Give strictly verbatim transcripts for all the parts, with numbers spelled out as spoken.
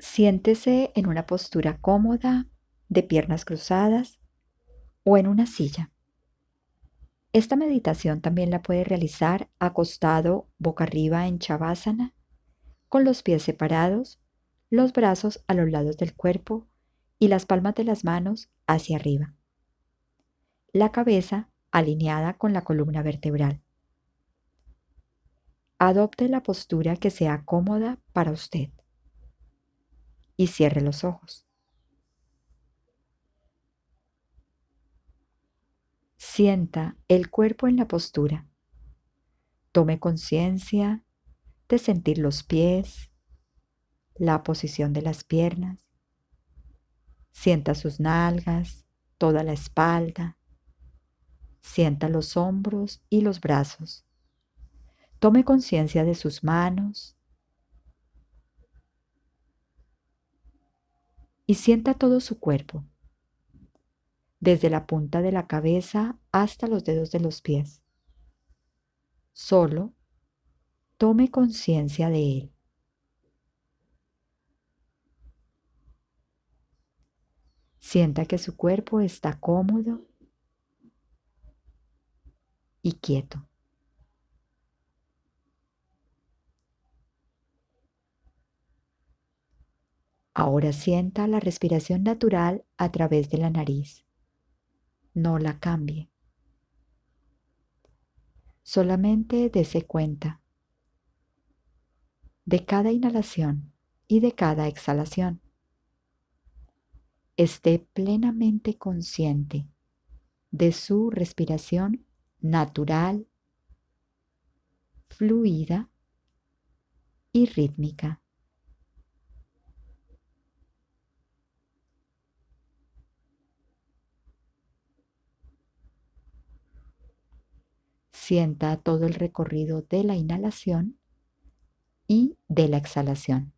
Siéntese en una postura cómoda, de piernas cruzadas o en una silla. Esta meditación también la puede realizar acostado boca arriba en Shavasana, con los pies separados, los brazos a los lados del cuerpo y las palmas de las manos hacia arriba. La cabeza alineada con la columna vertebral. Adopte la postura que sea cómoda para usted y cierre los ojos. Sienta el cuerpo en la postura. Tome conciencia de sentir los pies, la posición de las piernas. Sienta sus nalgas, toda la espalda. Sienta los hombros y los brazos. Tome conciencia de sus manos y sienta todo su cuerpo, desde la punta de la cabeza hasta los dedos de los pies. Solo tome conciencia de él. Sienta que su cuerpo está cómodo y quieto. Ahora sienta la respiración natural a través de la nariz. No la cambie. Solamente dése cuenta de cada inhalación y de cada exhalación. Esté plenamente consciente de su respiración natural, fluida y rítmica. Sienta todo el recorrido de la inhalación y de la exhalación.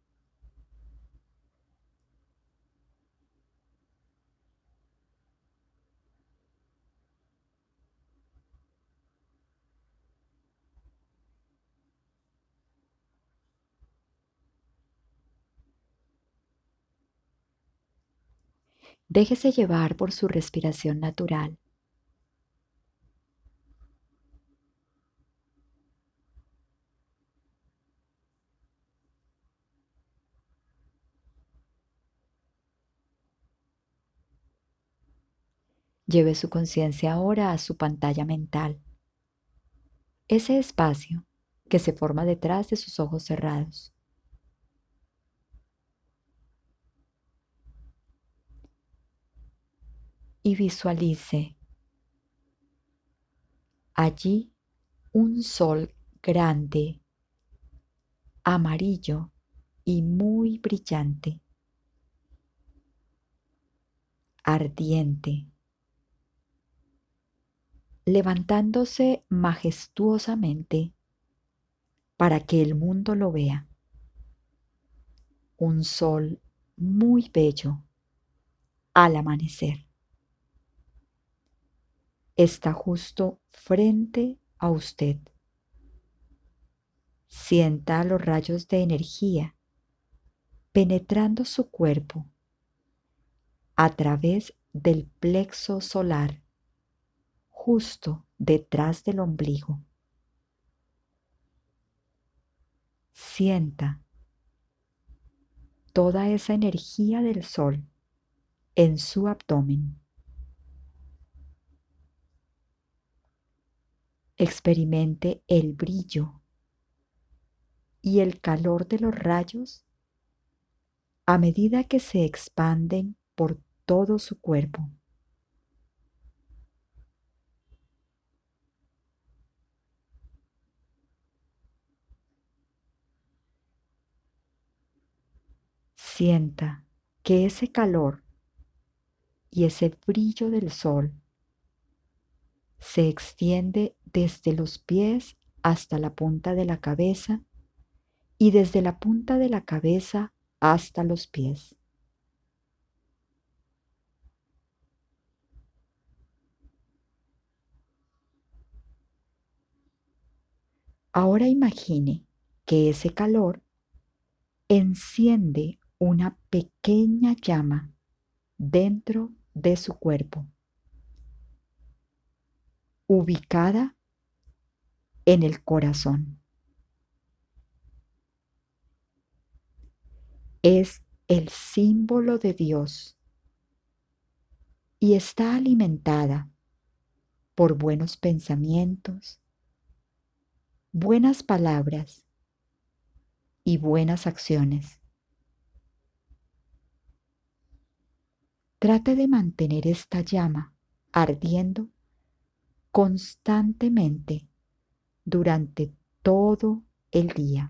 Déjese llevar por su respiración natural. Lleve su conciencia ahora a su pantalla mental, ese espacio que se forma detrás de sus ojos cerrados. Y visualice allí un sol grande, amarillo y muy brillante, ardiente, levantándose majestuosamente para que el mundo lo vea. Un sol muy bello al amanecer. Está justo frente a usted. Sienta los rayos de energía penetrando su cuerpo a través del plexo solar, justo detrás del ombligo. Sienta toda esa energía del sol en su abdomen. Experimente el brillo y el calor de los rayos a medida que se expanden por todo su cuerpo. Sienta que ese calor y ese brillo del sol se extiende desde los pies hasta la punta de la cabeza y desde la punta de la cabeza hasta los pies. Ahora imagine que ese calor enciende una pequeña llama dentro de su cuerpo, ubicada en el corazón. Es el símbolo de Dios y está alimentada por buenos pensamientos, buenas palabras y buenas acciones. Trate de mantener esta llama ardiendo constantemente durante todo el día.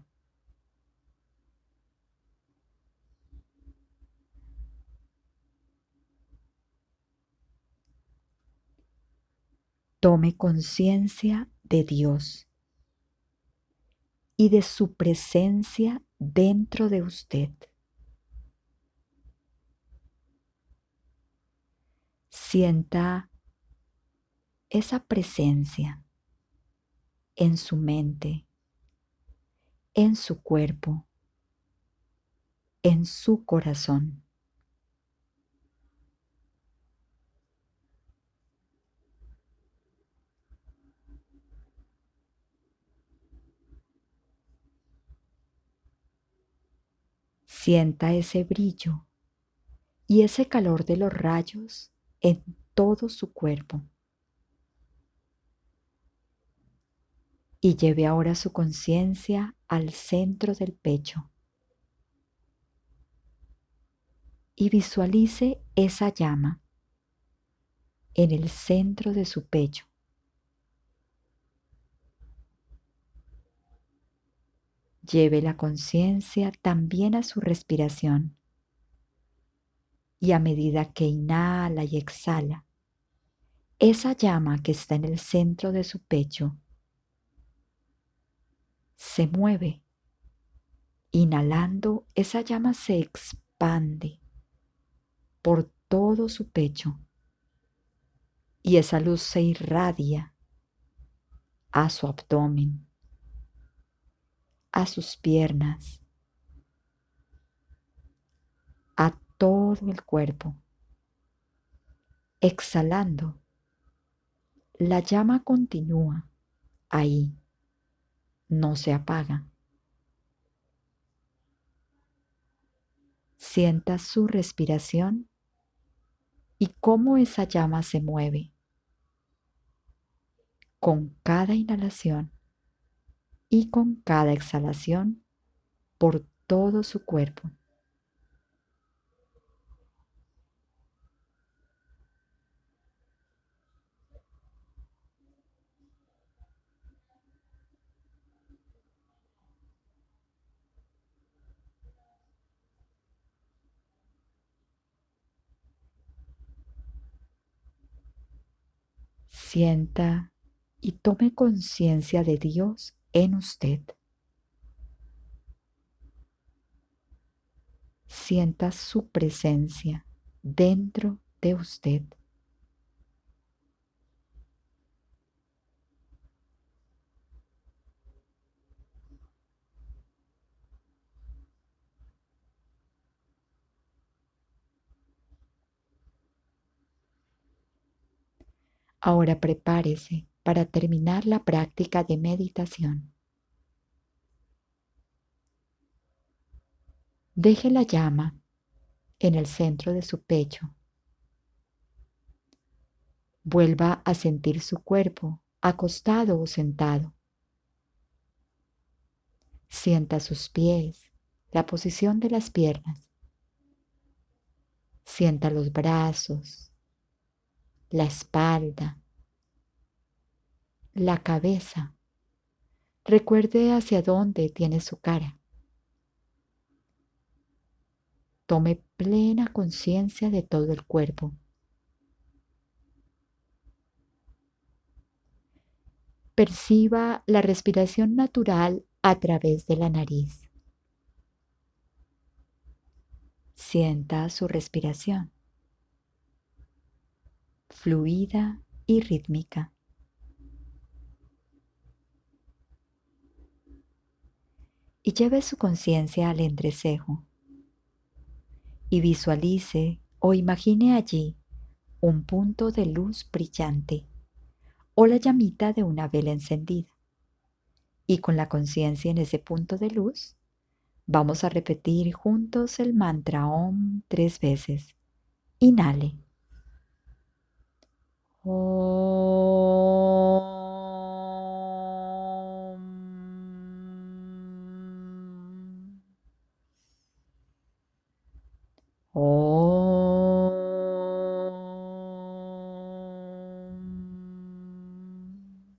Tome conciencia de Dios y de su presencia dentro de usted. Sienta esa presencia en su mente, en su cuerpo, en su corazón. Sienta ese brillo y ese calor de los rayos en todo su cuerpo. Y lleve ahora su conciencia al centro del pecho. Y visualice esa llama en el centro de su pecho. Lleve la conciencia también a su respiración. Y a medida que inhala y exhala, esa llama que está en el centro de su pecho se mueve. Inhalando, esa llama se expande por todo su pecho y esa luz se irradia a su abdomen, a sus piernas, a todo el cuerpo. Exhalando, la llama continúa ahí, no se apaga. Sienta su respiración y cómo esa llama se mueve con cada inhalación y con cada exhalación por todo su cuerpo. Sienta y tome conciencia de Dios en usted. Sienta su presencia dentro de usted. Ahora prepárese para terminar la práctica de meditación. Deje la llama en el centro de su pecho. Vuelva a sentir su cuerpo, acostado o sentado. Sienta sus pies, la posición de las piernas. Sienta los brazos, la espalda, la cabeza. Recuerde hacia dónde tiene su cara. Tome plena conciencia de todo el cuerpo. Perciba la respiración natural a través de la nariz. Sienta su respiración, fluida y rítmica. Y lleve su conciencia al entrecejo. y visualice o imagine allí un punto de luz brillante o la llamita de una vela encendida. Y con la conciencia en ese punto de luz, vamos a repetir juntos el mantra Om tres veces. Inhale. Om. Om.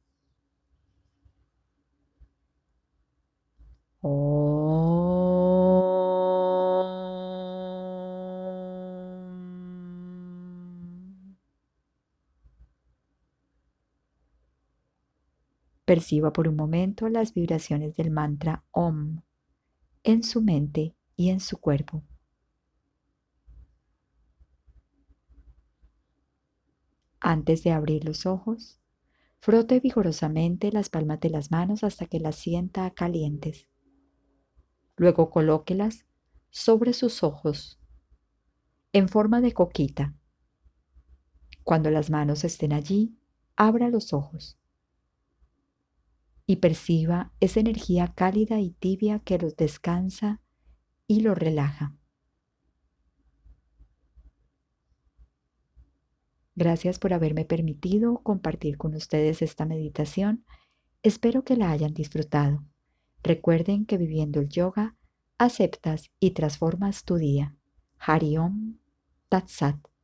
Om. Perciba por un momento las vibraciones del mantra Om en su mente y en su cuerpo. Antes de abrir los ojos, frote vigorosamente las palmas de las manos hasta que las sienta calientes. Luego colóquelas sobre sus ojos en forma de coquita. Cuando las manos estén allí, abra los ojos y perciba esa energía cálida y tibia que los descansa y los relaja. Gracias por haberme permitido compartir con ustedes esta meditación. Espero que la hayan disfrutado. Recuerden que viviendo el yoga, aceptas y transformas tu día. Hari Om Tat Sat.